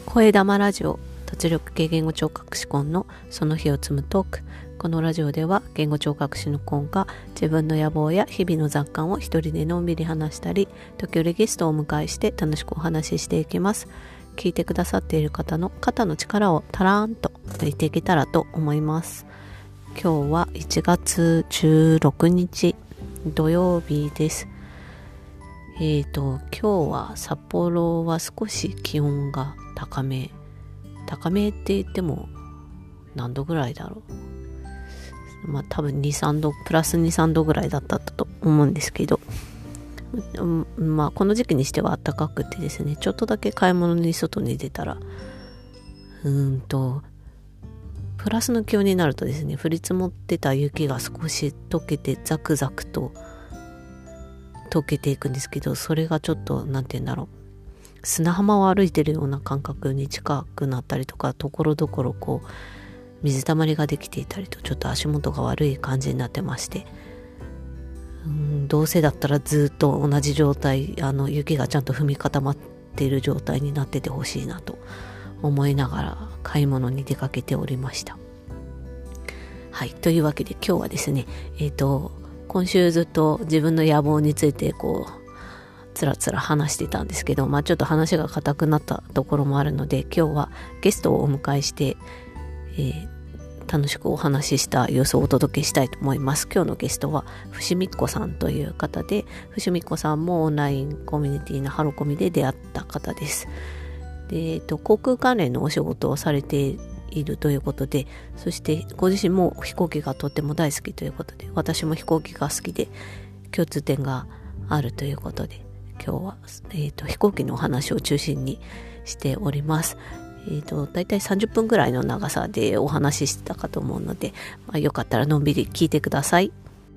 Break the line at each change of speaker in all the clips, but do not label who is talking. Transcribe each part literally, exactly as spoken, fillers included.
声玉ラジオ、脱力系言語聴覚士コンのその日を積むトーク。このラジオでは言語聴覚士のコンが自分の野望や日々の雑感を一人でのんびり話したり、時折ゲストをお迎えして楽しくお話ししていきます。聞いてくださっている方の肩の力をたらーんと抜いていけたらと思います。今日はいちがつじゅうろくにち土曜日です。えーと、今日は札幌は少し気温が高め。高めって言っても何度ぐらいだろう。まあ多分に、さんど、プラスに、さんどぐらいだったと思うんですけど、まあこの時期にしては暖かくてですね、ちょっとだけ買い物に外に出たら、うーんと、プラスの気温になるとですね、降り積もってた雪が少し溶けてザクザクと溶けていくんですけど、それがちょっとなんて言うんだろう、砂浜を歩いてるような感覚に近くなったりとか、ところどころこう水たまりができていたりと、ちょっと足元が悪い感じになってまして、うん、どうせだったらずっと同じ状態、あの雪がちゃんと踏み固まっている状態になっててほしいなと思いながら買い物に出かけておりました。はい、というわけで今日はですね、えっと今週ずっと自分の野望についてこうつらつら話してたんですけど、まあちょっと話が硬くなったところもあるので、今日はゲストをお迎えして、えー、楽しくお話しした様子をお届けしたいと思います。今日のゲストは伏見っ子さんという方で、伏見っ子さんもオンラインコミュニティのハロコミで出会った方です。で、えっと、航空関連のお仕事をされているということで、そしてご自身も飛行機がとっても大好きということで、私も飛行機が好きで共通点があるということで、今日は、えーと、飛行機のお話を中心にしております。えーと、だいたいさんじゅっぷんぐらいの長さでお話ししてたかと思うので、まあ、よかったらのんびり聞いてください。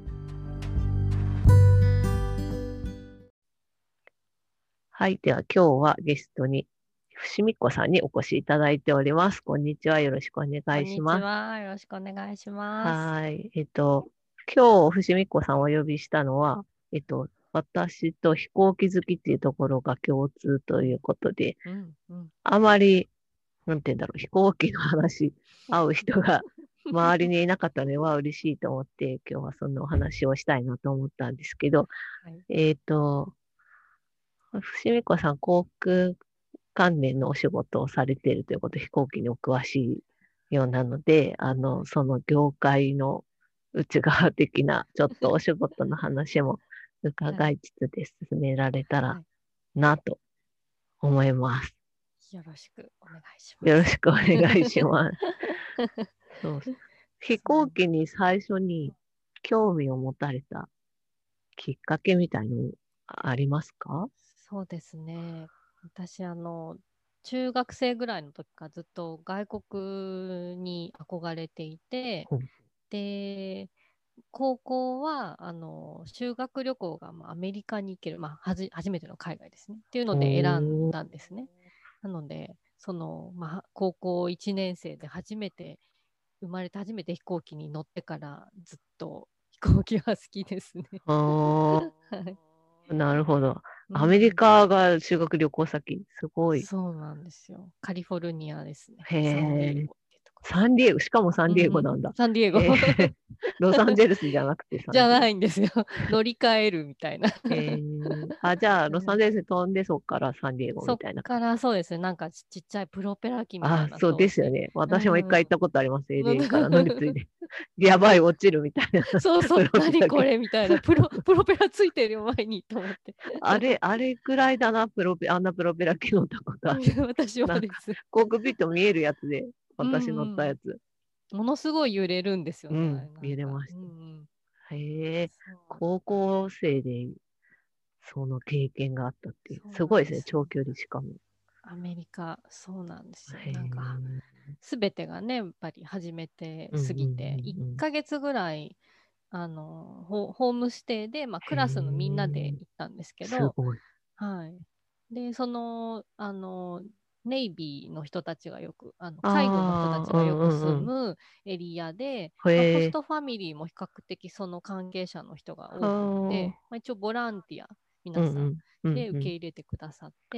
はい、では今日はゲストに伏見っ子さんにお越しいただいております。こんにちは。よろしくお願いします。
こんにちは。よろしくお願いします。
はい。えっと、今日、伏見っ子さんをお呼びしたのは、えっと、私と飛行機好きっていうところが共通ということで、
うんうん、
あまり、なんて言うんだろう、飛行機の話、合う人が周りにいなかったのは嬉しいと思って、今日はそんなお話をしたいなと思ったんですけど、
はい、
えっと、伏見っ子さん、航空関連のお仕事をされているということで、飛行機にお詳しいようなので、あの、その業界の内側的な、ちょっとお仕事の話も伺いつつで進められたらなと思います。
よろしくお願いします。
よろしくお願いします。そう飛行機に最初に興味を持たれたきっかけみたいのありますか？
そうですね。私、あの、中学生ぐらいの時からずっと外国に憧れていて、
うん、
で、高校は、あの、修学旅行が、まあ、アメリカに行ける、まあ、はじ、初めての海外ですね。っていうので選ん
おー、
だんですね。なので、その、まあ、高校いちねん生で初めて、生まれて初めて飛行機に乗ってからずっと飛行機は好きですね。
あ
はい。
ー、なるほど。アメリ
うん。
カが修学旅行先、すごい。
そうなんですよ。カリフォルニアですね。
へ
サンディエ
え、
ゴっていうところです。
サンディエゴ、しかもサンディエ
うんうん。
ゴなんだ。
サンディエゴ
へえ、ロサンゼルスじゃなくてサ
じゃ
ンディエゴ。
ないんですよ。乗り換えるみたいな。
へえ、あ、じゃあ、ロサンゼルスに飛んで、そっからサンディエゴ
そっ
みたいな感じ。
からそうですね。なんかち、ちっちゃいプロペラ機みたい
あ、
な
そうで
当時。
すよね。
う
私も一回行っ
ん。
たことあります。エーエルエー から乗り継いで。やばい、落ちるみたいな。
そうそう、
プロペ
何こ
ラ機。
れみたいな、プロ、プロペラついてるよ、前にと思って。
あれ、あれくらいだな、プロペ、あんなプロペラ機乗ったことある。
私も
なんか、
です。
コークピット見えるやつで、
うん
私乗っ
うん。
たやつ。
ものすごい揺れるんですよね、あ
うん、
れなんか。
見れまし
うんうん。
た。へえ、
そう
高校生でその経験があったっていう。
そう
すごいですね、
なんですよ。
長距離しかも。
アメリカ、そうなんですよ。
へ
なんか、
え、
すべてがね、やっぱり初めて
うんうん
過ぎて、1
うんうん。
ヶ月ぐらい、あの、ホ、ホームステイで、まあ、ク
へ
ラスのみんなで
え、
行ったんですけど、
すごい。
はい。で、その、あの、ネイビーの人たちがよく、あの、海軍の人た
ああ、う
ちがよく
んうんうん。
住むエリアで、まあ、ホ
へえ、
ストファミリーも比較的その関係者の人が
は
多くって、
あ、
まあ、一応ボランティア、
うん
皆さん
うん、うん
で受
うん。
け入れてくださって、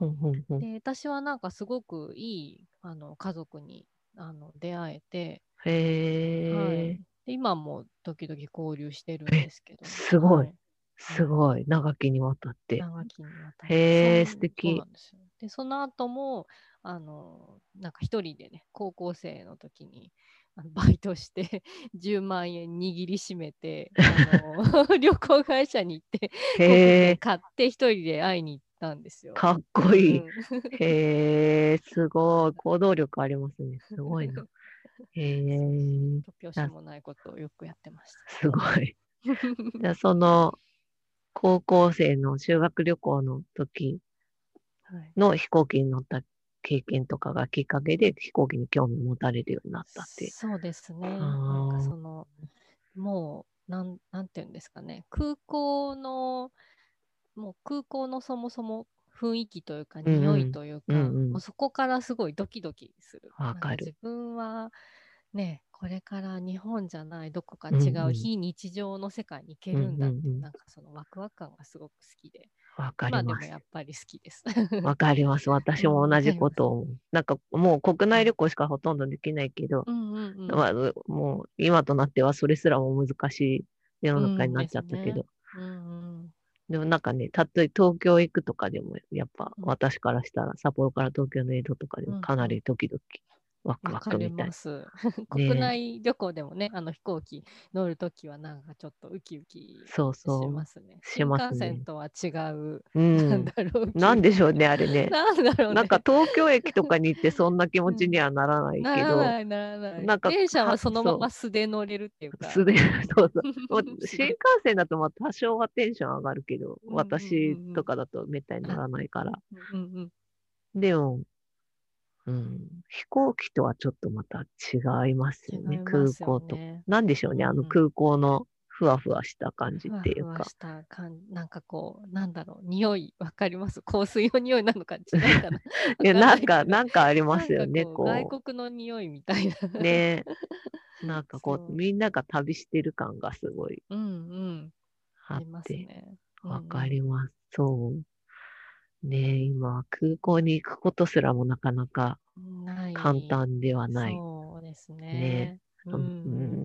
ほんほんほん。
で、私はなんかすごくいいあの家族にあの出会えて、は
へえ、
い。で、今も時々交流してるんですけど、
すごい。
はい。はい。
すごい。長きにわたって。
長きにわたって。そ
へえ、素
ん、そうな
敵。
んですよ。で、その後も、あの、なんか一人でね、高校生の時に、あのバイトしてじゅうまん円握りしめて、あの、旅行会社に行って、
へ
航空券
え、
買って一人で会いに行ったんですよ。
かっ
う
こいい。
ん。
へえ、すごい。行動力ありますね。すごいな。へ
そうそう。
え、
突拍子
あ、
もないことをよくやってました。
すごい。じゃあ、その、高校生の修学旅行の時
はい。
の飛行機に乗った経験とかがきっかけで飛行機に興味を持たれるようになったって。
そうですね。なんか
ああ、
その、もう、なん、なんていうんですかね。空港の、もう空港のそもそも雰囲気というか、
うん
匂い
うん。
というか、
うんうん。
もうそこからすごいドキドキする。
わかる。
なんか自分は、ね、これから日本じゃないどこか
うん
違う
うん。
非日常の世界に行け
うん
るんだっていう、
うんうん。
なんかそのワクワク感がすごく好きで、
わかり
今で
ます。
もやっぱり好きです。
わかります。私
うん、わ
も同じ
かります。
ことを思う。なんかもう国
はい。
内旅行しかほとんどできないけど、
うんうんうん。
まあ、うもう今となってはそれすらも難しい世
うんで
の中になっちゃ
すね。
ったけど、
うんうん。
でもなんかね、たとえ東京行くとかでも、やっぱ
うん
私からしたら札幌から東京の江戸とかで
うん
もかな
うん。
りドキドキ、ワクワ
わかり
クみたい
ます。
な。
国
ねえ、
内旅行でもね、あの飛行機乗るときはなんかちょっとウキウキ
そう
し
そう、
ますね。
し
新幹
ますね。
線とは違う、
う
なん
ん。
だろう、ウキ
な
ウキが。
んでしょうね、あれね。
なんだろう
なんか
ね。
東京駅とかに行ってそんな気持ちに
うん。
はならない
な
けど、
らない、ならない。
なんか、
電車は
は、
そのま
そ
ま素で乗れるっていう
う、
か、
素で、
うん。
そうそう。もう新幹
すごい。
線だとまあ多少はテンション上がるけど、
うんうん
私
うんうん。
とかだとめったに乗
あ、
らないから。
うんうんうん。
でも、うん、飛行機とはちょっとまた違います
違
よね、
いますよ
空港と。
ね。
なんでし
う
ょうね、あの
ん。
空港のふわふわした感じっ
ふわ
ていうか。
ふわした感じ、なんかこう、なんだろう、匂い、わかります？香水の匂いなのか違うかな？
いや、
わかん
なんか、
ないけど、
なんかありま
なん
すよね、
かこう、外
こ
国の匂いみたいな。
う。ね、なんかこう、
そ
みんなが旅してる感がすごい
う。うんうん。あ
あっ
ります
て、
ね。うん
わか
うん。
ります。そう。ね、今、空港に行くことすらもなかなか
な
簡
い。
単ではない。
そうです
ね。
ね。う
うん、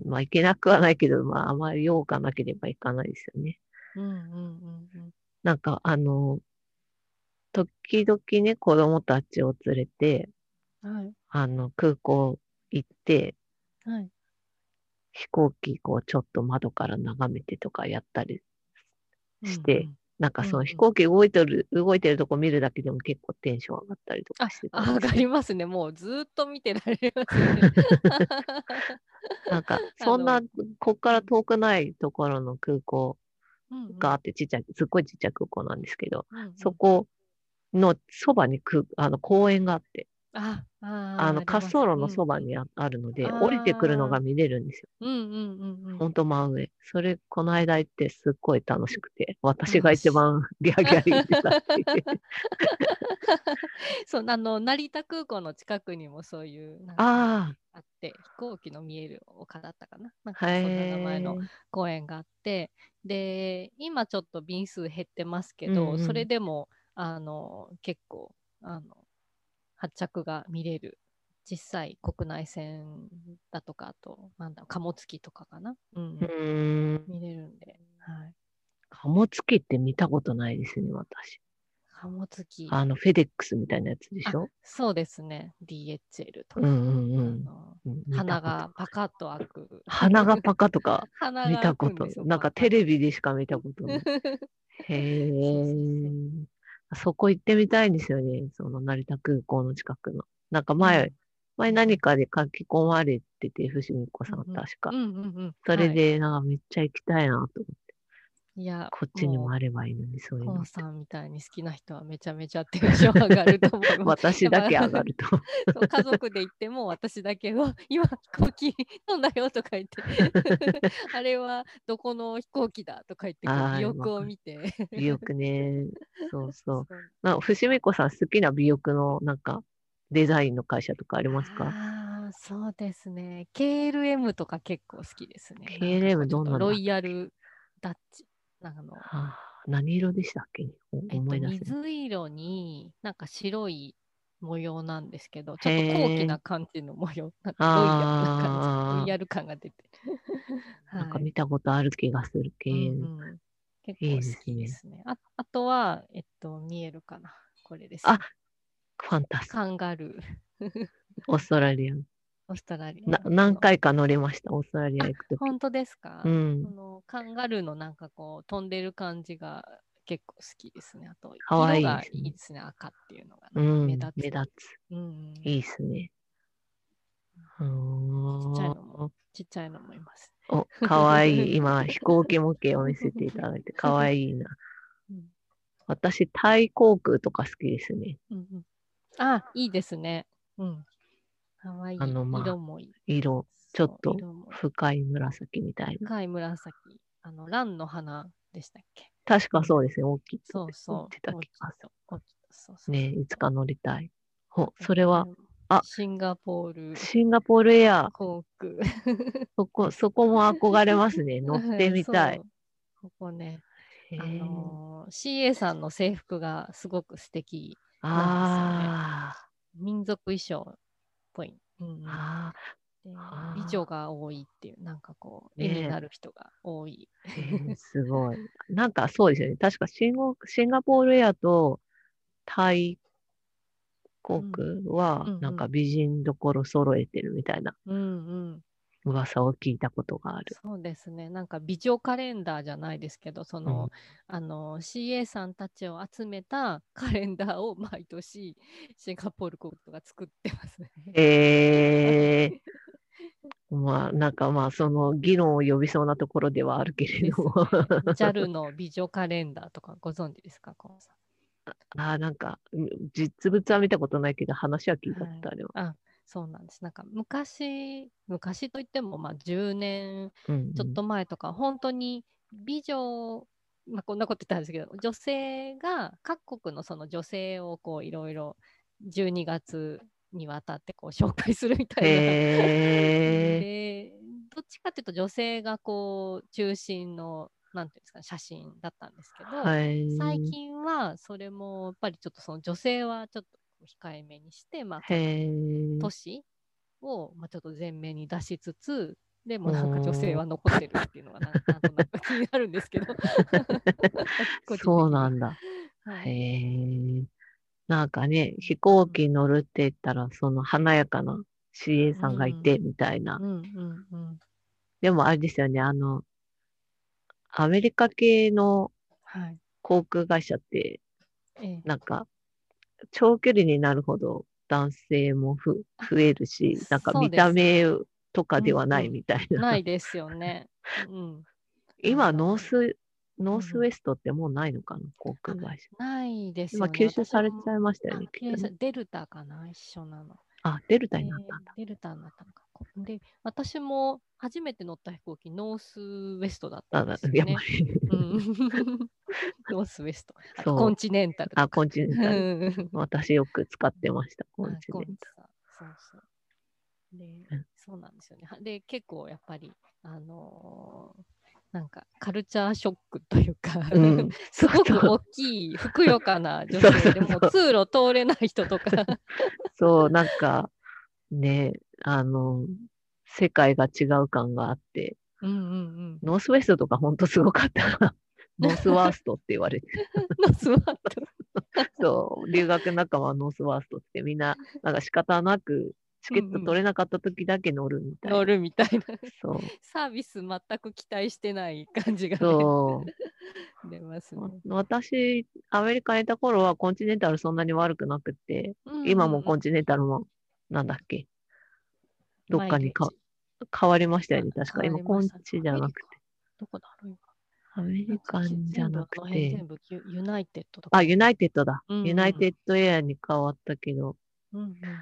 ん。
まあ、行けなくはないけど、まあ、あまり用がなければ行かないですよね。
うんうんうんうん。
なんか、あの、時々ね、子供たちを連れて、
はい。
あの、空港行って、
はい。
飛行機、こう、ちょっと窓から眺めてとかやったり
うん
して、
うん。
なんか
うんうん。
その飛行機動いてる、動いてるとこ見るだけでも結構テンション上がったりとか
あ、
してたん
上が
ですよ。
りますね。もうずーっと見てられますね。
なんか、そんな、
あの、
こっか
うん。
ら遠くないところの空港
うんうん。
があって、ちっちゃい、すっごいちっちゃい空港なんですけど、
うんうん。
そこのそばに空、あの公園があって、
あ、あー、
あの
あります。
滑走路の
うんうん。
そばにあ、あるので、降りてくるのが
ああ、
見れるんですよ。
うんうんうんうん。
ほんと真上。それ、この間行ってすっごい楽しくて、私が
楽しい。
一番ギャーギャー言ってたっていう。
そう、あの、成田空港の近くにもそういう、なんか、
あ
あって、飛行機の見える丘だったかな、なん
あ、
かそんな名前の
へえ、
公園があって、で、今ちょっと便数減ってますけ
う
ど、それ
んうん。
でも、あの、結構、あの、発着が見れる。実際、国内線だとか、あと、なんだろう、貨物機とかかな。うんう
う
ん。
ーん。
見れるんで、はい。
貨物機って見たことないですね、私。
貨物機。
あの、フェデックスみたいなやつでし
あ、
ょ？
そうですね。ディーエイチエル とか、
うんうんうん。
あの、
うん、見た
鼻
こと
がパカッと開く。
鼻がパカとか
鼻
見
が開
たこと、
くんですよ、
なんか
パカッと。
テレビでしか見たことない。へ
そうそう
え。
そう。
そこ行ってみたいんですよね。その成田空港の近くの。なんか前、
うん。
前
うんうん。
何かで書き込まれてて、伏見子さん
うんうん。
確か。
うんうんうん。
それ
はい。
で、なんかめっちゃ行きたいなと思って。
いや、
こっちにも
も
あればいいのに、そう
う、コ
いうのって。
ンさんみたいに好きな人はめちゃめちゃテンション上がると思います。やっぱ
私だけ上がると。
そう、家族で行っても私だけは今飛行機飛んだよとか言ってあれはどこの飛行機だとか言ってこう尾
はい、わ
翼を
かる。
見て
美容ね。そうそう。
そう。
な、伏見子さん好きな美容のなんかデザインの会社とかありますか？
ああ、そうですね。ケーエルエム とか結構好きですね。なんかこ
ケーエルエム
うちょっとロ
どんなんだっけ？
イヤルダッチ。なんかあの、
はあ、 何色でしたっけ、
えっと、
思い出せない。
水色になんか白い模様なんですけど、ちょっと高貴
へえ。
な感じの模様、なんかロイヤルな感じ、ロイ
あ
ヤル感が出て。
あ、なんか
はい。
見たことある気がする
うん
系。
うん。結構
いい
好
ですね。
きですね。あ、あとは、えっと、見えるかな。これです
あ、
ね。
ファンタス。
カンガルー。
オーストラリア。
オーストラリア
な、
の。この、
何回か乗りました、オーストラリア
あ、
行くとき。
本当ですか？こ
うん。
のカンガルーのなんかこう、飛んでる感じが結構好きですね。あと、
かわ
色が
いいですね。
いいですね。赤っていうのがなんか目
うん。
立つ。
目立つ。
うん。
いいですね。うー
ちっちゃいのも、
ん。
ちっちゃいのもいます。
お、かわいい。今、飛行機模型を見せていただいて、かわいいな。
うん
私、タイ航空とか好きですね。
うんうん、あ、いいですね。うん。かわいい。
あの、まあ、
色もいい。
色、ちょっ
そう、
と
色もいい。
深い紫みたいな。
深い紫。あの、蘭の花でしたっけ？
確
うん。
かそうですね、大きいと
そうそう。
言ってた
大きい
気がす
と。大きいと。そうそ
る。ね、
うそう。
いつか乗りたい。ほ、
えっと、あれ
それは、
も、
あ、
シンガポール
シンガポールエア、
航空。
そこ、そこも憧れますね。乗ってみたい。
そう。ここね、
へ
あ
え。
のー シーエー さんの制服がすごく素敵なんですよね。
あ
民族衣装っぽい。うんう
あ、
ん。
あ
で、美女
あ、あ
が多いっていう、なんかこう、
あ、
絵に
ね
なる人が多い。
え、へえ、すごい。なんかそうですよね。確かシンゴ、シンガポールエアとタイ航
うん、
空は、なんか
うん、
美人どころ揃えてるみたいな
うん、うん。
噂を聞いたことがある。
そうですね。なんか美女カレンダーじゃないですけど、そ
うん、
の、あの、シーエー さんたちを集めたカレンダーを毎年シンガポール航空が作ってますね。は
へえ、
い。
まあ、なんかまあ、その議論を呼びそうなところではあるけれ
です
ども。
ね。ジャル の美女カレンダーとかご存知ですか、コンさ
ああ、なんか、うん実物は見たことないけど、話は聞い
ん。はい。
たことあるよ。
あ、そうなんです。なんか昔、昔といっても、まあじゅうねん
うん、う
ちょっ
ん。
と前とか、本当に美女、まあこんなこと言ったんですけど、女性が、各国のその女性をこういろいろじゅうにがつにわたってこう紹介するみたいな
へえ、
で、どっちかっていうと女性がこう中心の、なんていうんですかね、写真だったんですけど、
は
最
い。
近はそれもやっぱりちょっとその女性はちょっと控えめにして、まあ
へ
その
え、
都市をまあちょっと前面に出しつつ、でも
ほ
なんか女性
ー。
は残ってるっていうのがなんなんとなく気になるんですけど個人
そう
的には。
なんだ。へ
はい。
え。なんかね、飛行
うん
機乗るって言ったら、その華やかな シーエー
う
さんがいて、
ん
みたいな。
うんうんうん
でもあれですよね、あの、アメリカ系の
はい。
航空会社って、
ええ、
なんか、長距離になるほど男性もふ
あ、
増えるし、なんか
そう
見
ですね。
た目とか
う
ではない
んうん。
みたいな。
ないですよね。うん。あ
今、ノー
の、
ス、ノースウ
うんうん。
ェストってもうないのかな、航
あ、
空会社。
ないです
今、
よね。
吸収
私も、
されちゃいましたよ
あ、
ね、きっとね。
経営者デルタかな、一緒なの。
あ、デルタになっ
で、
たんだ。
デルタになったのか。こで、私も初めて乗った飛行機、ノースウェストだった
あ、
んで
だ
すよね。
やっぱり
うん。ノースウェスト。あと、コ
そう。
ンチネンタル
あ、
とか。
コンチネンタル。
うん
私よく使ってました、コン
あ、
チネンタ
コンチさ。そうそう。で、
ル。
そうなんですよね。はで、結構やっぱり、あのーなんかカルチャーショックというか
うん。
す
そうそう。
ごく大きい、ふくよかな女
そうそ
性でもう
うそう。
通路通れない人とか
そう、なんか、ね、あの、世界が違う感があって、
うんうんうん。
ノースウェストとかほんとすごかった。ノースワーストって言われて。
のスマート。
そう、留学仲間はノースワーストってみんな、なんか仕方なく、チケット
うんうん。
取れなかった時だけ乗るみたいな。
乗るみたいな
そう、
サービス全く期待してない感じがね、
そ
出ます
う。わ
ね。
私、アメリカにいた頃はコンチネンタルそんなに悪くなくて、
うんうん
今もコン
うん。
チネンタルも、なんだっけ、どっかにか
マイレージ。
変わりましたよ
あ、
ね。確か。
変わ
今、コン
りましたね。
チ
アメリカ。
じゃなくて。
どこだろう今。
アメリ
なんかぜ
カンじゃ
全部
な
あの辺
くて、
全部ユ、ユナイテッドとか
あ、
になってる。
ユナイテッドだ。
うん
ユナイ
うん。
テッドエアに変わったけど、
うんうん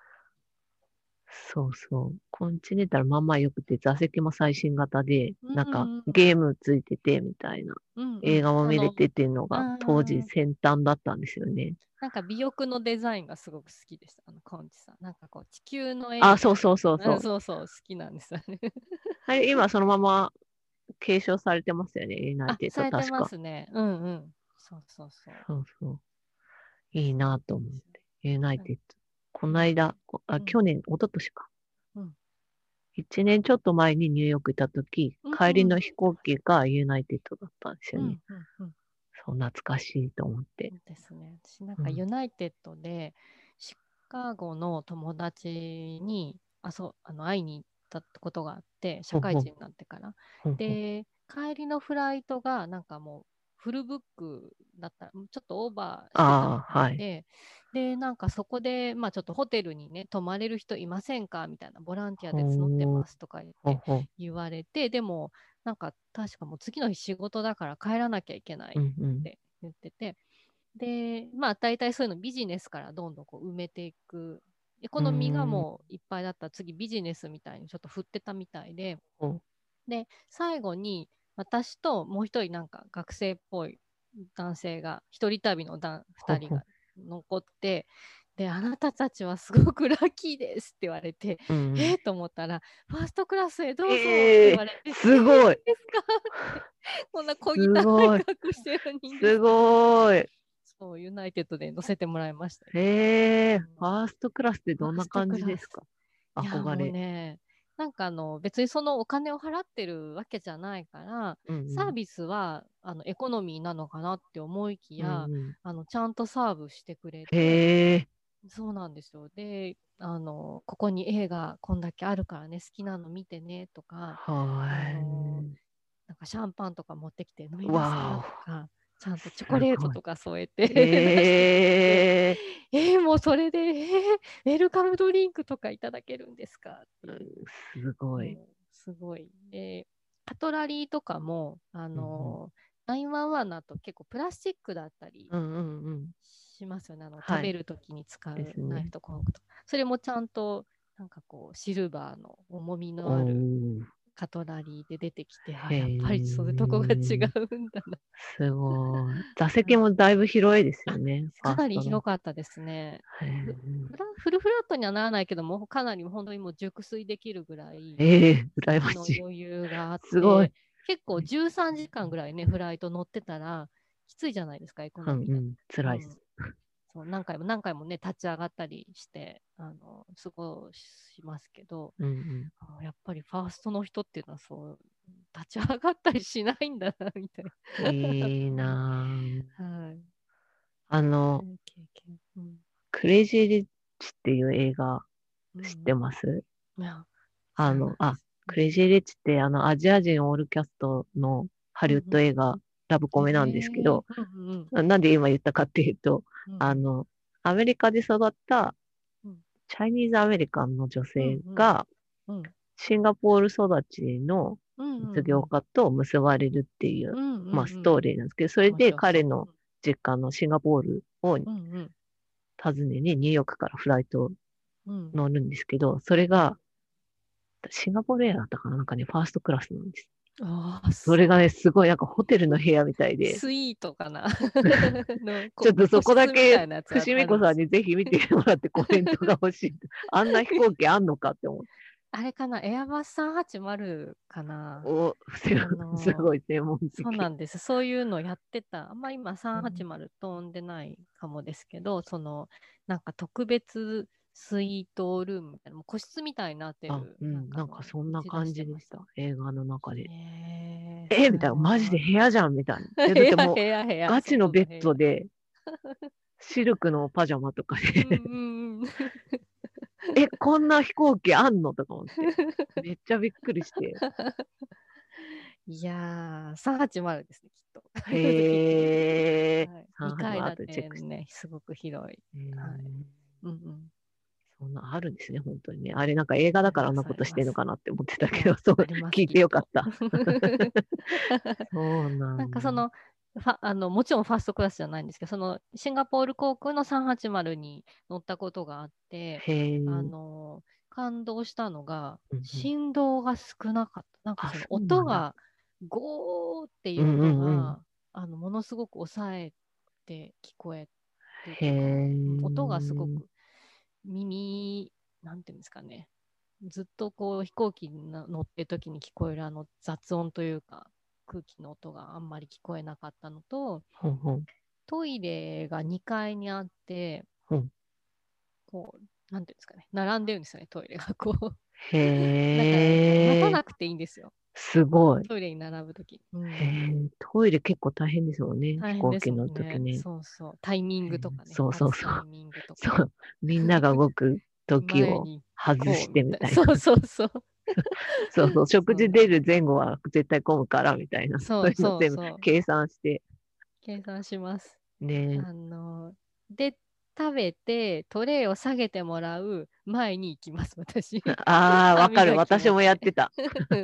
そうそう。コンチネンタルまあまあ良くて、座席も最新型で、
うん
なんか
うん
ゲームついててみたいな、
うんうん。
映画も
あの、
見れてっていうのが当時
あー
先端だったんですよね。
なんか尾翼のデザインがすごく好きでした。あの、コンチさん。なんかこう、地球の絵
あ、
みたい
そうそうそう
な。うん、
そう。
そうそう、好きなんですよね。
あれ、今そのまま継承されてますよね、ユナイ
あ、
テッド、
されて
確か。
ますね。うんうん。そうそうそう。
そうそう。いいなと思って。ユナイテッド。この
うん
間、こあ、
うん
去年、一昨年か。
うん
一年ちょっと前にニューヨーク行った時、
うん
帰り
うん
の飛行機がユナイテッドだったんですよね。
うんうんうん
そう、懐かしいと思って。
ですね。私なん
うん。
かユナイテッドでシカゴの友達にあそうあの会いに行ったことがあって、社
ほうほう
会人になってから。
ほうほう。
で、帰りのフライトがなんかもうフルブックだった、ちょっとオーバーしてたみ
ああ、はい。
たいで、で、なんかそこで、まあちょっとホテルにね、泊まれる人いませんかみたいな、ボランティアで募って
ほう
ますとか言って
ほうほう。
言われて、でも、なんか確かもう次の日仕事だから帰らなきゃいけないっ
うんうん。
て言ってて、で、まあ大体そういうのビジネスからどんどんこう埋めていく。エコ
うー
ノミーが
ん。
もういっぱいだったら次ビジネスみたいにちょっと振ってたみたいで、
ほう。
で、最後に私ともう一人なんか学生っぽい男性が、一人旅のだ
ほうほう。
二人が残って、で、あなたたちはすごくラッキーですって言われて、
うんうん。
えー、と思ったら、ファーストクラスへどうぞって
ええー、
言われて、えー、い
すごい。
いですかって、こんな小汚
すごい。
い格してるのにいいんで
す
すか？
ごい。
そう、ユナイテッドで乗せてもらいましたよ。 うん、
へえ、
フ
ファーストクラスってどん
ァースト
な感
クラス。
じですか？
いや、もう
憧れ。
ね、なんかあの別にそのお金を払ってるわけじゃないから、
うん
サービスはあのエコノミーなのかなって思いき
うん。うん
や、
うん。
あのちゃんとサーブしてくれて、
へえ、
そうなんですよ。で、あのここに映画こんだけあるからね、好きなの見てねとか、あ
は
の
い。
なんかシャンパンとか持ってきて飲みますか
わお、
とか、ちゃんとチョコ
すごい。
レートとか添えて出してくれて、
ええ
えー、もうそれで、えー、ウェルカムドリンクとかいただけるんですかって
ー、
いう、
すごい。
もうすごい。で、カトラリーとかも、あ
うん
のー、きゅういちいちの後結構プラスチックだったり
うんうんうんうん。
しますよね。あの食
はい。
べるときに使う
ですね。
ナイフとフォークとか。それもちゃんと、なんかこう、シルバーの重みのあ
お
る
ー。
カトラリーで出てきて、あ、
へ
やっぱりそういうとこが違
え、
うんだな。
すごい。座席もだいぶ広いですよ
あ、
ね。フ
かなり
ァーストの。
広かったですね。
へ
フ
え、
フラフルフラットにはならないけども、かなり本当にもう熟睡できるぐらい
ええ、羨
席の
ましい。
余裕があっ
すごい。
て、結構じゅうさんじかんぐらいね、フライト乗ってたらきついじゃないですか、エコノミーだと。
うんうん、辛いです。
うん。そう、何回も何回もね、立ち上がったりして、あの、過ごしますけど、
うんうん。
あ、やっぱりファーストの人っていうのはそう、立ち上がったりしないんだな、みたいな。
いいなぁ。
はい。
あの、
そういう経験。うん。
クレイジー・リッチっていう映画知って
うん
ます？
うん。いや、知
あの、あ、
らないです。
クレイジー・リッチってあの、アジア人オールキャストのハリウッ
うんうん。
ド映画、ラブコ
へ
メなんですけど、
え、うんうん
なんで今言ったかっていうと、
うんうん
あの、アメリカで育った
うん
チャイニーズアメリカンの女
うん
性が、
うん
シンガポール育ちの
うんう
実
んうん
業家と結ばれるっていう、
うんうん
まあ、ス
うん。
トーリーなんですけど、それ
面
で
白そ
彼の実家のシンガポールを
う。うんうん
訪ねにニューヨークからフライト
うん
乗るんですけど、それ
うん。
がシンガポールエアだったかな、なんかね、ファーストクラスなんです。
ああ、
それがね、
すごい。
すごいなんかホテルの部屋みたいで、
スイートかなの
ちょ
こ、個
っとそこだ
室みた
け、
いなやつあ
伏見子
あるんですよ。
さんにぜひ見てもらってコメントが欲しい。あんな飛行機あんのかって思って。
あれかな、エアバスさんはちまるかな。
お、
あの、
すごい専門的。
そうなんです。そういうのやってた。あんま今
うん、
さんはちまる飛んでないかもですけど、その、なんか特別スイートルームみたいな、もう個室みたいになって
あ、
る、
うん、なんか
なんかあの、
そんな
打ち出し
感
てました。
じでした。映画の中で。
えー、
え
す
みたいな。マジで
ごい。
部屋じゃんみたいな。え、
部屋、
だってもう、
部屋、部屋、そ
ガチのベッ
こが部屋。
ドで、シルクのパジャマとか
うん
で
うんうん。
え、こんな飛行機あんのとか思って。めっちゃびっくりして。
いやー、さんはちまるですね、きっと。きっときっと。
へー。
はい、にかい
さんはちまる
建て
後でチェックして。
ね、すごく広い。
へ
はい。
ー。
うんうん。
そんなあるんですね、本当にね。あれなんか映画だからあんな
あります、
ことしてんの
あります。
かなって思ってた
いや、
けど、そう、
あります、
聞いてよかっ
きっと。
た。そうなんだ。
なんかその、ファあのもちろんファーストクラスじゃないんですけど、そのシンガポール航空のさんはちまるに乗ったことがあって、
へ
あ
ー。
の感動したのが、
うんうん、
振動が少なかった。なんか
あ、
その
そうなんだ。
音が、ゴーっていう
うんう
音
んうん。
が、あのものすごく抑えて聞こえる
へ
というか、うん、音がすご
ー。
く耳、なんていうんですかね、ずっとこう飛行機に乗ってる時に聞こえるあの雑音というか、 空気の音があんまり聞こえなかったのと、
ほんほん。
トイレがにかいにあって、
ほん。
こう、なんていうんですかね、並んでるんですよね、トイレが。こう。だから、こう待た
へえ、
なくていいんですよ。
すごい。
トイレに並ぶとき。う
へ
ん。
え、トイレ結構大変ですもんね。飛
大変です
行機乗
もんね。
るときね。
そうそう。タイミン
へえ
グとかね。
そうそう
立つ
そう。
タイミングとか。
そう。みんなが動く時を
前に
外し
こうみたいな。
てみたいな。
そうそうそう。
そうそう。食
そう
事出る前後は絶対混むからみたいな。
そう
そういうの全部
そうそう。
計算して。
計算します。
ね。
あの、で、食べてトレイを下げてもらう前に行きます、私。
ああ、わかる。
歯磨き
私もやっ
持って。
てた。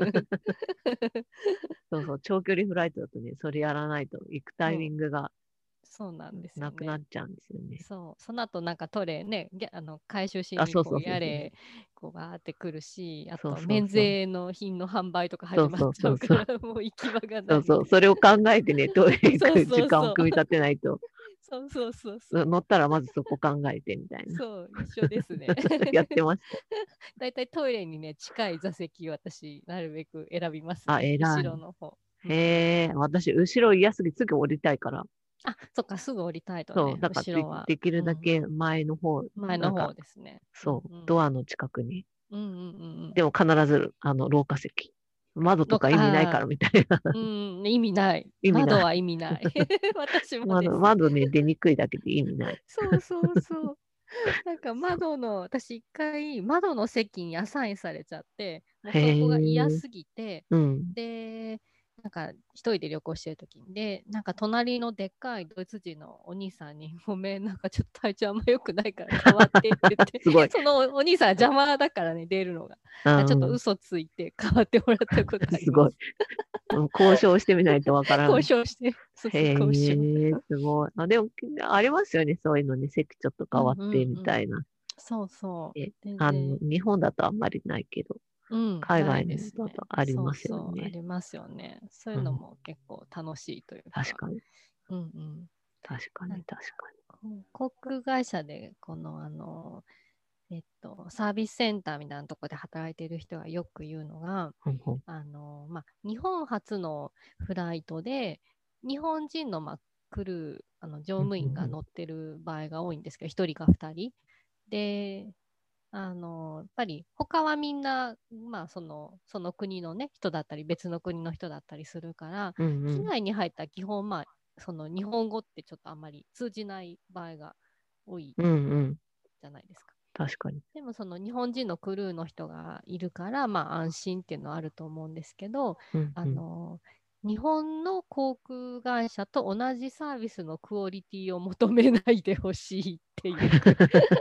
そうそう。長距離フライトだとね、それやらないと行くタイ
そう、
ミングが
そうなんですよ
なくな
ね。
っちゃうんですよね。
そう、その後なんかトレイね、ギャあの回収し
あ、そう
にこう
そうそうそう。
やれ、こうバーってくるし、あ
そう
と
そうそう。
免税の品の販売とか始まっ
そうそう
ちゃうから、
そうそう。
もう行き場が
そうそう。
ないみたい
それを考えてね、トイレ行
な。そう
く時
そうそう。
間を組み立てないと。
そうそうそうそう。
乗ったらまずそこ考えてみたいな。
そう、一緒ですね。
やってました。
だいたいトイレにね、近い座席を私、なるべく選びます
あ、
ね。後
偉い。
ろの方。うんうん、
へえ、私、後ろ嫌すぎ、すぐ降りたいから。
あ、そっか、すぐ降りたいと
そう、
ね、
だからで、
後ろは。
できるだけ
うんうん。
前の方、
前の
なんか、
方ですね。うん
そう、
うん。
ドアの近くに。
うんうんうんうん。
でも必ず、あの、廊下席。窓と
ど
か意味ないか
ああ、
らみたいな。
うん、意味ない。
意味ない。
窓は意味ない。私もで
窓、
す。
窓ね、出にくいだけで意味ない。
そうそうそう。なんか窓の、私一回窓の席にアサインされちゃって、もう
へ
そこが嫌
え、
すぎて、
うん。
で、なんか一人で旅行してる時に、で、なんか隣のでっかいドイツ人のお兄さんに、ごめん、なんかちょっと体調あんま良くないから変わってって言って、
すごい。
そのお兄さんは邪魔だからね、出るのが。
う
ちょっと
ん、
嘘ついて変わってもらったことあり
すごい。
ます。
うん交渉してみないとわからな
交
い。
渉して、そうそう、交渉。
へえ、すごい。あ、でも、ありますよね。そういうのね。席ちょっと
うん
変わって
うんうん。
みたいな。
そうそう。
え、あの、
全然、
日本だとあんまりないけど、
うん、ない
海外の
ですね。
だとあり
そう
ますよ
そう、あ
ね。
りますよね。そういうの
うん。
も結構楽しいというか。
確かに。
うんうん。
確かに、
なんか
確か
こう航空会社で、この、あの、えっと、サービスセンターみたいなところで働いている人がよく言うのが、
に。ほんほん。
あの、まあ、日本初のフライトで、日本人の、まあ、クルー、あの乗
うん
務員
うんうん。
が乗ってる場合が多いんですけど、ひとりかふたり。で、あの、やっぱり他はみんな、まあ、その、その国のね、人だったり、別の国の人だったりするから、
うんうん。
機内に入ったら基本、まあ、その日本語ってちょっとあんまり通じない場合が多い
うんうん。
じゃないですか。
確かに。
でもその日本人のクルーの人がいるから、まあ安心っていうのはあると思うんですけど、あ
うんうん。
の、日本の航空会社と同じサービスのクオリティを求めないでほしいってよく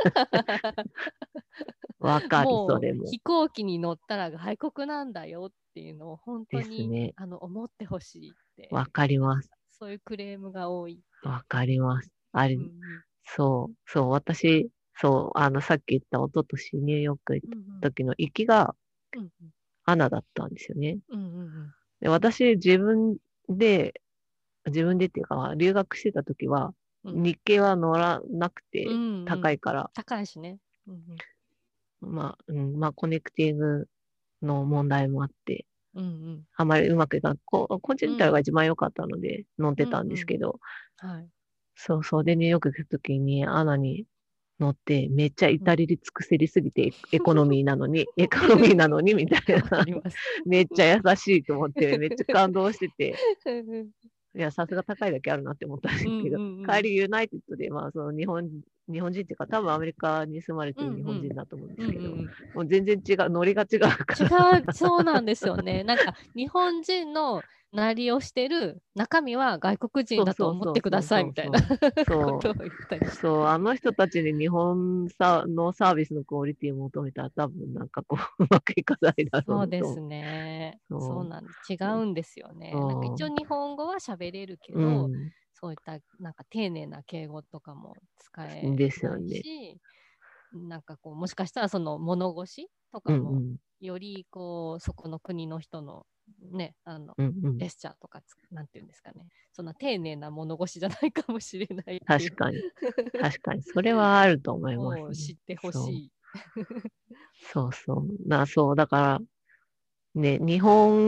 わかる、そ
もう
れも。
飛行機に乗ったら外国なんだよっていうのを本当に
ですね。
あの思ってほしいって
わ
聞きました。
かります。
そういうクレームが多いって。
わかります。あれ、
うんうん
そう、そう、私、そう、あの、さっき言った一昨年ニューヨーク行っ
うん
た時の行きが
うん
アナだったんですよね。
うんうんうん
で、私、自分で、自分でっていうか、留学してた時は、
うん
日系は乗らなく
うん
て
うん、
高いから、
高いしね。うん
まあ、うん、まあ、コネクティングの問題もあって、
うんうん
あまりうまくいかない。こコンチネンタルが
うん
一番良かったので乗っ
う
てたんです
んうん、
けど、
はい。
そうそう。で、ニューヨーク行く時にアナに乗って、めっちゃ至
うん
れり尽くせりすぎて、エコノミーなのに、エコノミーなのに、みたい
わか
な。
ります。
めっちゃ優しいと思って、めっちゃ感動してて、
うん
いや、さすが高いだけあるなって思ったんです
うん
けど、
うん
帰りユナイテッドで、まあ、その日本、日本人っていうか、多分アメリカに住まれ
うん
てる日本人だと思うんで
うんうん
すけど、
うん、
もう全然違う、ノリが違うか
違
ら。
う、そうなんですよね。なんか日本人のなりをしてる中身は外国人
そう
だと
そうそう
思ってくだ
そうそう
さいみたいな
そう。
こと
そ
を言ったり
う、
して。
そう、あの人たちに日本さのサービスのクオリティを求めたら多分なんかこう、うまくいかないだろうなと思う。
そうですね。そう
そ
なんです。違
う。
うんですよね。なんか
そ
一応日本語は喋れるけ
う。う
ど、
ん。
そういったなんか丁寧な敬語とかも使え
ですよ
ない
ね。
し、なんかこう、もしかしたらその物腰とかも、
うんうん。
よりこう、そこの国の人のね、あの、
うんうん。
ジェスチャーとかつ、なんていうんですかね。そんな丁寧な物腰じゃないかもしれないっていう
確かに。確かに。それはあると思いますね。
を知ってほし
そう。
い。
そうそう。な、そう。だから、ね、日本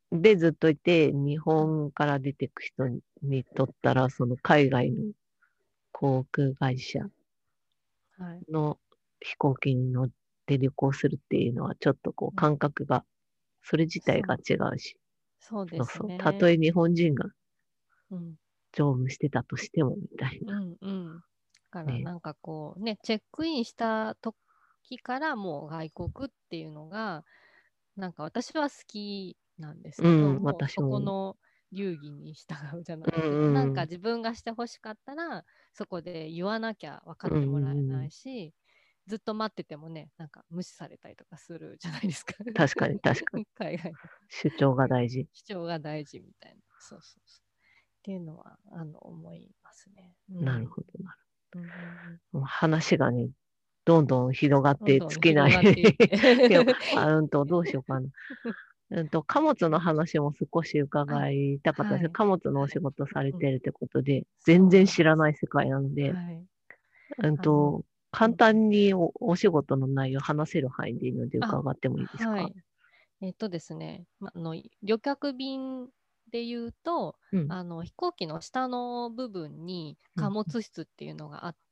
でずっといて、日本から出てく人にとったら、その海外の航空会社
はい。
の飛行機に乗って旅行するっていうのは、ちょっとこう
うん、
感覚が、それ自体が
そう、
違うし、
そうです
そうそう、たと
ね。
え日本人が
うん、
乗務してたとしてもみたいな。
うん、うん。だから
ね。
なんかこうね、チェックインした時からもう外国っていうのが、なんか私は好きなんですけど、
うん、
もうそこ
私も。
の流儀に従うじゃな
う
いけど、なんか
ん、
自分がしてほしかったら、そこで言わなきゃ分か
う
ってもらえな
ん、
いし、ずっと待っててもね、なんか無視されたりとかするじゃないですか。
確かに確かに。
海外の
主張が大事。
主張が大事みたいな。そうそうそう。っていうのは、あの、思いますね。うん。
なるほどな。
うんうんうん、
もう話がね、どんどん広がって
どんどん
尽きない。
広がっていっ
いや、
て。
あうんと、どうしようかな。うんと、貨物の話も少し
あ、
伺いたかったですね。
はい。
貨物のお
はい。
仕事され
うん、
てるってことで、全
そう
然
なんです。
知らない世界なので、
はい。
うん
あの、
と、
うん、
簡単にお、お仕事の内容話せる範囲でいいので
あ、
伺ってもいいですか？
はい。えっとですね、ま、あの、旅客便で言うと、
うん。
あの、飛行機の下の部分に
うん。
貨物室っていうのがあって、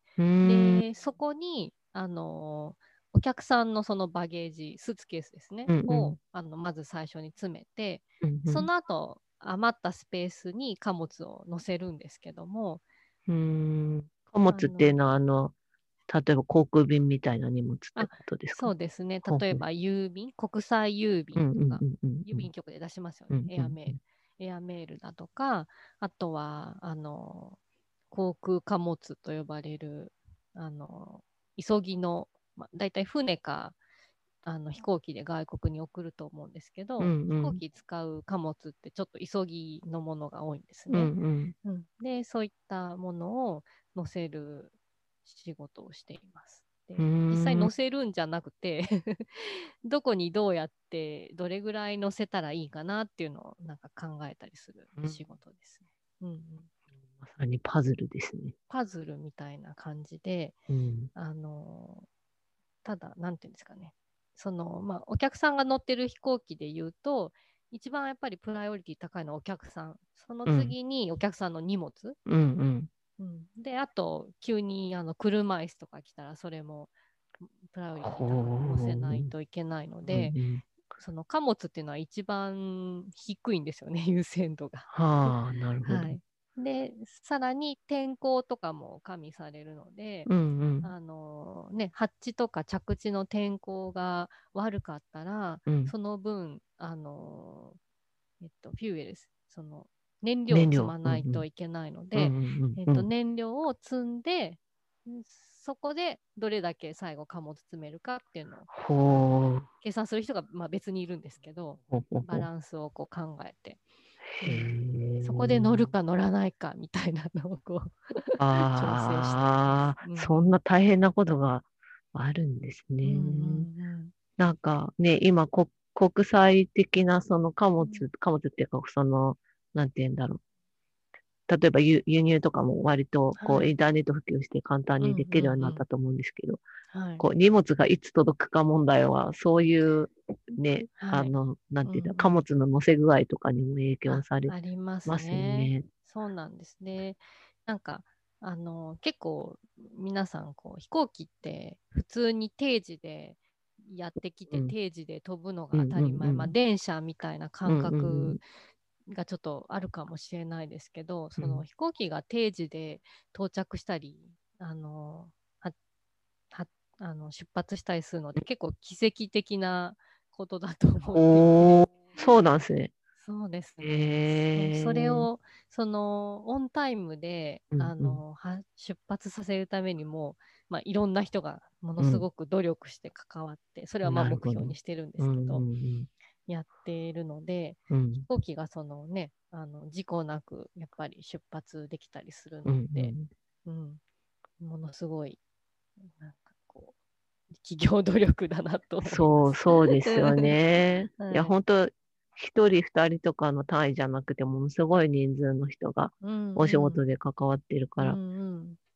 うーん。
で、そこに、あの、お客さんのそのバゲージ、スーツケースですね、
うんうん。
を、あの、まず最初に詰めて、
うんうん。
その後、余ったスペースに貨物を載せるんですけども、
うーん。貨物っていう
あの、
のは、あの、例えば航空便みたいな荷物って
あ、
ことですか？
そうですね。
ほうほう。
例えば郵便、国際郵
うん
便とか、
うんうんうんうん。
郵便局で出しますよね。
うんうんうん。
エアメール。エアメールだとか、あとは、あの、航空貨物と呼ばれる、あの、急ぎの、まあ、大体船か、あの飛行機で外国に送ると思うんですけ
う
ど、飛行
んうん。
機使う貨物ってちょっと急ぎのものが多いんです
うん
ね。
うん。
うん、で、そういったものを載せる仕事をしています。
うー
で、実際載
ん。
せるんじゃなくてどこにどうやってどれぐらい載せたらいいかなっていうのをなんか考えたりする
うん、
仕事ですね。うんうん、
まさにパズルですね。
パズルみたいな感じで、
うん。
あのただ、なんていうんですかね。その、まあ、お客さんが乗ってる飛行機で言うと、一番やっぱりプライオリティ高いのはお客さん。その
うん。
次にお客さんの荷物。
うんうん。
うん、で、あと、急にあの車椅子とか来たら、それもプライオリティ高く載せ
ほ
ない
う。
といけないの
うんう
で、
ん。
その貨物っていうのは一番低いんですよね、優先度が。
はあ、なるほど。
はい。で、さらに天候とかも加味されるので、
うんうん。
あのね、ハッチとか着地の天候が悪かったら、
うん。
その分、あのえっと、フューエルス、その燃料を
燃料。
積まない
うんうん。
といけないの
うん
で、えっと、
うんうん。
燃料を積んで、そこでどれだけ最後貨物詰めるかっていうのを、まあ、
ほう。
計算する人がまあ別にいるんですけど、
ほうほうほう。
バランスをこう考えて、う
へ
ん、そこで乗る
え。
か乗らないかみたいなのをこう調整したります。
ああ、
うん
そんな大変なことがあるんです
うんう
ね。
ん
なんかね、今こ、国際的なその貨物、
うん
貨物っていうか、その、なんて言うんだろう。例えば輸、輸入とかも割とこうイ
はい。
ンターネット普及して簡単
うん
にできるように
うんうん。
なったと思うんですけど、
はい。
こう荷物がいつ届くか問題は、そういうね、あ
はい。
の、なん
うん
ていうんだ、
うん。
貨物の乗せ具合とかにも影響
あ、
され
あります
ますよ
ね。
ね。
そうなんですね。なんか、あの、結構皆さん、こう、飛行機って普通に定時でやってきて、
うん、
定時で飛ぶの
うん、
が当たり前。まあ、
うん、
電車みたいな
うん、
感
うん、うん、
覚がちょっとあるかもしれないですけど、
うん。
その飛行機が定時で到着したり、あの、ははあの出発したりするのって結構奇跡的なことだと思っていて、
ほう、そうなんですね。
そうですね。そそれ
ええ、
を、その、オンタイムで、
うん、うん、
あの、は出発させるためにも、まあ、いろんな人がもの
うん。
すごく努力して関わって、それはまあ目
なるほど。
標にしてるんで
うん、
すけど、
うん、
やっているので、
うん、う
飛
ん、
行機がそのね、あの、事故なく、やっぱり出発できたりする
うん、う
のって、
ん。
うん、ものすごい、なんかこう、企業努力だなと思いま
そう、
す。
そうですよね。いや、
はい。
本当一人二人とかの単位じゃなくて、ものすごい人数の人が
うん
お仕
うん。
事で関わってるか
うん
ら、
うん。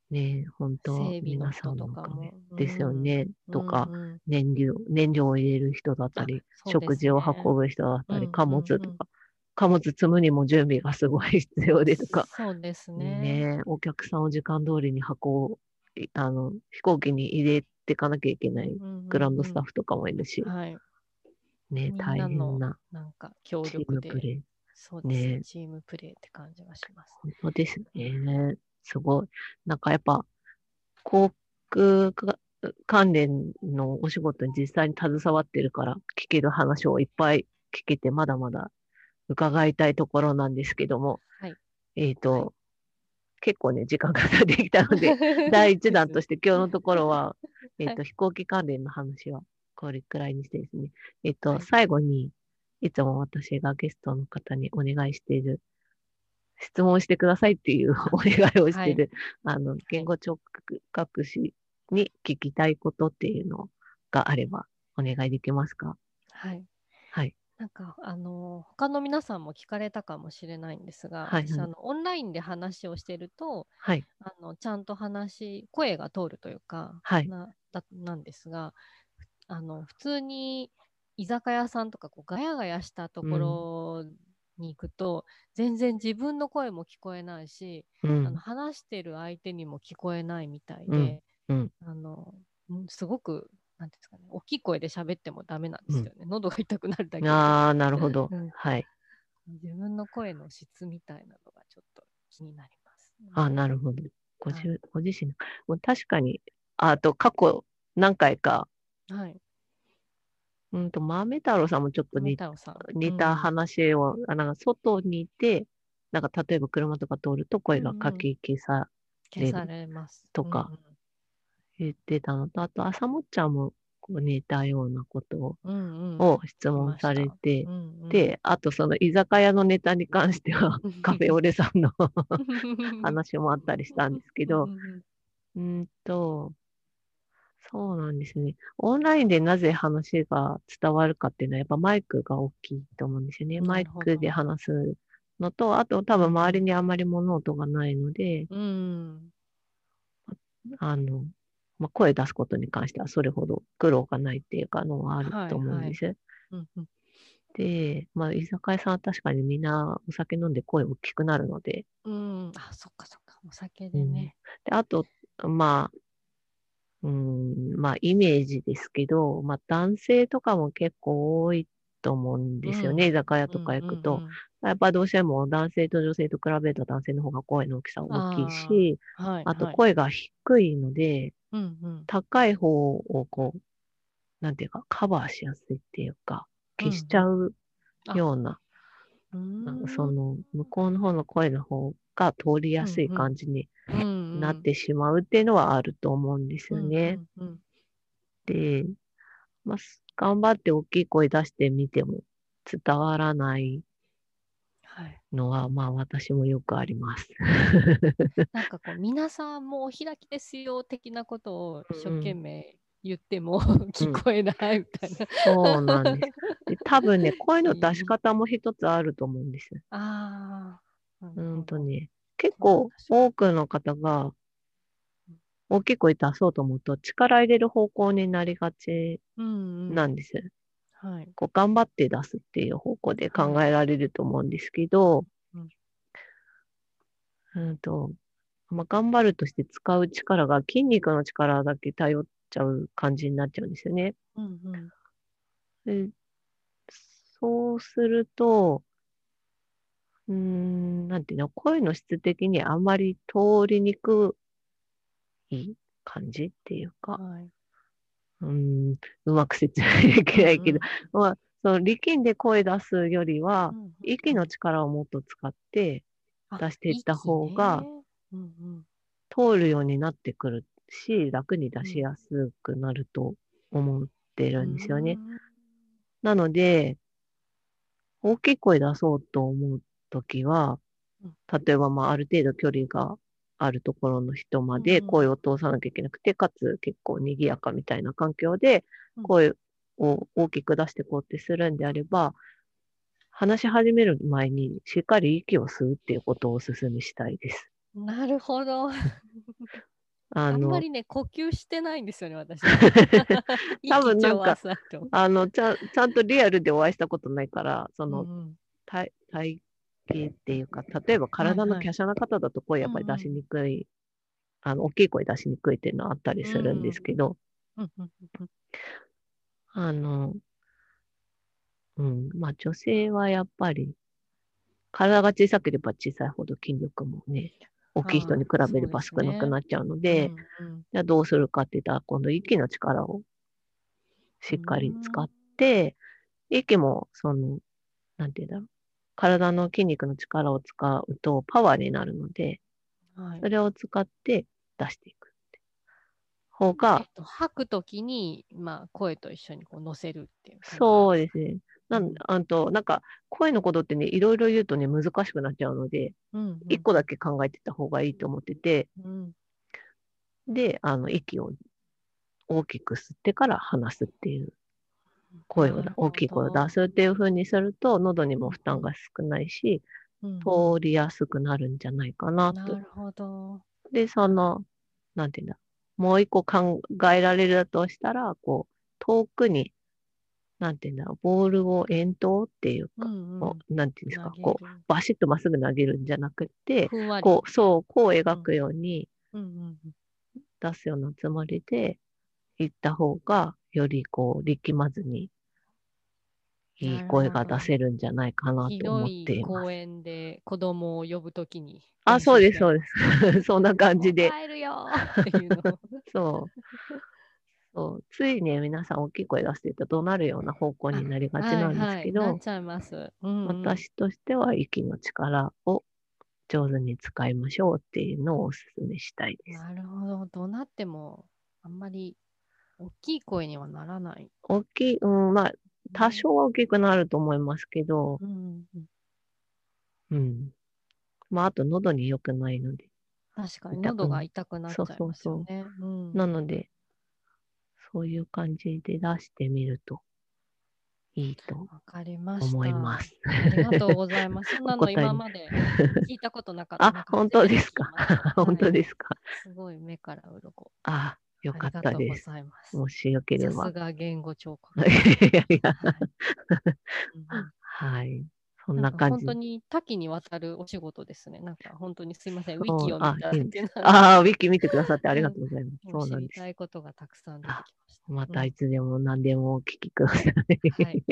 ね、本当
整備の
皆さん
人とか
のおかげ
も。
ですよね。とか、
うんうん、
燃料、燃料を入れる人だった
あ、
り、
そうです
食事を
ね。
運ぶ人だったり、
うん
貨
うんうん。
物とか、貨物積むにも準備がすごい必要でとか、
そうですね。
ね、お客さんを時間通りに運を、いあの、飛行機に入れていかなきゃいけない
うんうん
グランド
うんうん。
スタッフとかもいるし、
はい。
ね、
みん
大
なの
変な
なんか協
チー
力で、
ムプレ
そう
ー。
ですね。
ね、
チームプレーって感じがします。
本当ですね。すごい。なんかやっぱ、航空か関連のお仕事に実際に携わってるから聞ける話をいっぱい聞けてまだまだ伺いたいところなんですけども、
はい。
えっと、結構ね、時間が経ってきたので、第一弾として今日のところは、えっと、飛行機関連の話はこれくらいにしてですね、えっと、
はい
最後に、いつも私がゲストの方にお願いしている、質問してくださいっていう
あ
お願いをし
はい。
てる、あの、言語聴覚士に聞きたいことっていうのがあればお願いできますか？
はい。
はい。
なんか、あの、他の皆さんも聞かれたかもしれないんですが、
はい、
私、
はい。
あの、オンラインで話をしてると、
はい。
あの、ちゃんと話、声が通るというか、
はい。
な、だ、なんですが、あの、普通に居酒屋さんとか、こう、ガヤガヤしたとこ
うん。
ろに行くと、全然自分の声も聞こえないし、あの、
うん。
話してる相手にも聞こえないみたい
うん。
で、
うん。
あの、んすごく、なんていうんですかね、大きい声で喋ってもダメなんで
うん。
すよね。喉が痛くなるだけで。
ああ、なるほど。
うん、
はい。
自分の声の質みたいなのがちょっと気になります。
ああ、なるほど。ご
はい。
自ご自身の。もう確かに、ああと過去何回か、
はい。
うんと、豆太郎さんもちょっと
メ
似
タオさん。う
似た
ん。
話を、あなんか外にいて、なんか例えば車とか通ると声がか
うんうん。
き消さ
消さ
れる
れます。
とか
うんうん。
言ってたのと、あと、朝もっちゃんもこう似たようなこと
うんうん。
を質
聞き
問され
ました。
て、
うんうん。
で、あとその居酒屋のネタに関しては、カフェオレさんの
うん
話もあったりしたんですけ
うん
ど、
うん。
うーんと、そうなんですね。オンラインでなぜ話が伝わるかっていうのは、やっぱマイクが大きいと思うんですよね。マイ
なるほど。
クで話すのと、あと多分周り
うん
にあんまり物音がないので、
うん。うん。
あの、まあ、声出すことに関してはそれほど苦労がないっていうかのはあると
はいはい。
思うんです。
うんうん。
で、まあ、居酒屋さんは確かにみんなお酒飲んで声大きくなるので、
うん。あ、そっかそっか。お酒
うん。
でね。
で、あと、まあ、うん、まあ、イメージですけど、まあ、男性とかも結構多いと思うんですよね、居
うん。
酒屋とか
うんう
行くと。
んうん。
やっぱどうしても男性と女性と比べると男性の方が声の大きさ大きい
あ
し、
あ、はい
あと
はい。
声が低いので、
うんうん。
高い方をこう、なんていうか、カバーしやすいっていうか、消し
うんうん。
ちゃう
あ、
ような、
うー
なんかそ
ん。
の、向こうの方の声の方が通りやすい
うんうん。
感じに
うん
なっ
うん。
てしまうっていうのはあると思うんです
うんう
よね。
んうん。
で、まあ、す頑張って大きい声出してみても伝わらない
はい。
のは、まあ私もよくあります。
なんかこう、皆さんもうお開きですよ的なことを一生懸
うん
命言っても
うん。
聞こえないみたいな。
そうなんです。で、多分ね、声の出し
いい
方も一つあると思うんです。
ああ、な
う
るほど。
ーんとね、結
それは
構
確か
多くの方が
に。
大きい声出そうと思うと力入れる方向になりがち
うんうん。
なんです。
はい。
こう頑張って出すっていう方向で
はい。
考えられると思うんですけど、
うん。
うんと、まあ、頑張るとして使う力が筋肉の力だけ頼っちゃう感じになっちゃうんですよね。
うんうん。
で、そうすると、うーん、なんていうの、声の質的にあんまり通りにくい感じっていうか、
はい。
うーん、うまく説明で
うんう
きないけど、
ん。
まあ、その力んで声出すよりは、
うんうん
息の
うん。
力をもっと使って
あ、
出していった
息
方が
ね。うんうん。
通るようになってくるし、楽に出
うん。
しやすくなると思って
うー
るんですよね。
ん。
なので、大きい声出そうと思うときは、
うん
例えばまあある程度距離があるところの人まで
うんうん
声を通さなきゃいけなくて、かつ結構賑やかみたいな環境で
うん。
声を大きく出していこうってするんであれば、話し始める前にしっかり息を吸うっていうことをお勧めしたいです。
なるほど。
あの、
あんまりね、呼吸してないんですよね、私。
多分なんか
息調和浅いと
あのちゃん、ちゃんとリアルでお会いしたことないから、その、
うんうん
体、体型っていうか、例えば体の
はいはい
華奢な方だと声やっぱり出しにくい、あの、大きい声出しにくいっていうのはあったりするんですけど、
うんうんうん
あの、うん、まあ女性はやっぱり、体が小さければ小さいほど筋力もね、大きい人に比べれば少なくなっちゃうので、
うんうん
じゃあどうするかって言ったら、今度息の力をしっかり使って、息も、その、なんていうんだろう。体の筋肉の力を使うとパワーになるので、
はい
それを使って出していくって方
え
が
っ、と吐くときに、まあ、声と一緒にこう乗せるっていう感じ
そうですね。なん、
うん
あと、なんか、声のことってね、いろいろ言うとね、難しくなっちゃうので、
うんうん
一個だけ考えてた方がいいと思ってて、
うん
で、あの、息を大きく吸ってから話すっていう、声を
なるほど
大きい声を出すっていう風にすると、喉にも負担が少ないし、
うん
通りやすくなるんじゃないかなと。
なるほど。
で、その、なんていうんだ、もう一個考えられるとしたら、こう、遠くに、なんていうんだろう、ボールを遠投っていうか、
うんうん
こうなんていうんですか
投、げる
こう、バシッとまっすぐ投げるんじゃなくて、
ふんわり。
こう、そう、こう描くように
うんうん
出すようなつもりで行った方が、よりこう、力まずに、いい声が出せるんじゃないかなと思っ
広い
ています。
公園で子供を呼ぶときに
あ、そうです、そう
で
です。そんな感じで。
帰るよーっていうのを
そう。そう。ついね、皆さん大きい声出してると怒鳴るような方向になりがちなんですけど、
はいはい、なっちゃいます。うんうん、
私としては息の力を上手に使いましょうっていうのをお勧めしたいです。
なるほど。怒鳴ってもあんまり大きい声にはならない。
大きい、うん、まあ、多少は大きくなると思いますけど、
うんうん、
うん。まあ、あと喉に良くないので。
確かに喉が痛くなっちゃいますよね。
そうそうそう
うん、
なので、そういう感じで出してみるといいと
わかりました。
思います。
ありがとうございます。そんなの
お答えに
今まで聞いたことなかった。なん
あ、
か
本当ですか。本当
す。
ですか。
すごい目から鱗。
あ、よかったです。
ありがとうございます。
もしよければ。
さすが言語聴覚。
いやいや、
はいうんうん
はい。そん
なか
なん感じ。
本当に多岐にわたるお仕事ですね。なんか本当にすいません。ウ
そう
ィキを見
あいい
ただけなので
ああ、ウィキ見てくださってありがとうございます。
も
そううなんです。
知りたいことがたくさん出てきました。
また
うん
いつでも何でもお聞きください。
はい。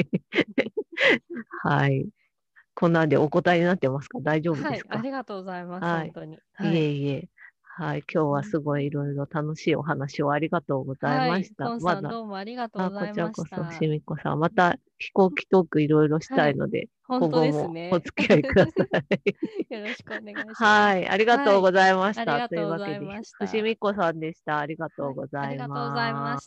はい。こんなんでお答えになってますか？大丈夫
はい、
ですか？
ありがとうございます。
はい
本当に。
い
はい。
えいえ。はい。今日はすごいいろいろ楽しいお話をありがとうござい
はい。
ました。
トンさん
まだ、
どうもありがとう
あ、
ござい
こちらこそ、
ました。
しみこさん。また飛行機トークいろいろしたいので、
本当
今後も
ですね。
お付き合いください。
よろしくお願いします。
はい。ありがとうございまし
あり
た。
がとうござ
というわけで、
いました。
伏見子さんでした。ありがとうございます。
ありがとうございました。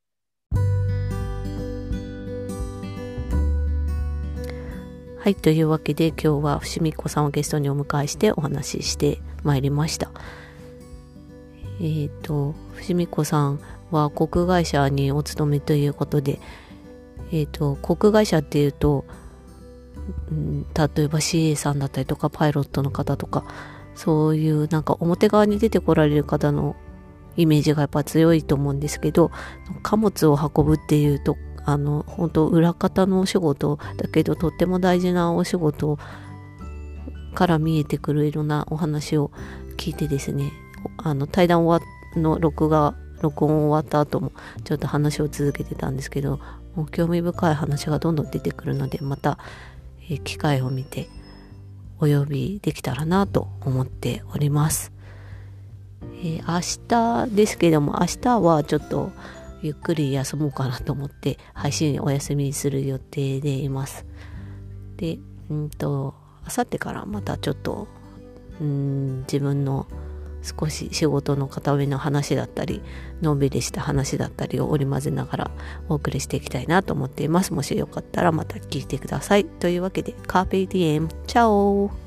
はい、というわけで今日は伏見子さんをゲストにお迎えしてお話ししてまいりました。えっと、伏見子さんは航空会社にお勤めということで、えっと、航空会社っていうと、うん、例えば シーエー さんだったりとかパイロットの方とか、そういうなんか表側に出てこられる方のイメージがやっぱ強いと思うんですけど、貨物を運ぶっていうとあの本当裏方のお仕事だけどとっても大事なお仕事から見えてくるいろんなお話を聞いてですね、あの対談終わの録画録音終わった後もちょっと話を続けてたんですけど、もう興味深い話がどんどん出てくるので、また、えー機会を見てお呼びできたらなと思っております。えー明日ですけども、明日はちょっとゆっくり休もうかなと思って配信お休みする予定でいます。で、うんと明後日からまたちょっとうん自分の少し仕事の片目の話だったりのんびりした話だったりを織り交ぜながらお送りしていきたいなと思っています。もしよかったらまた聞いてください。というわけでカーペディエムチャオ。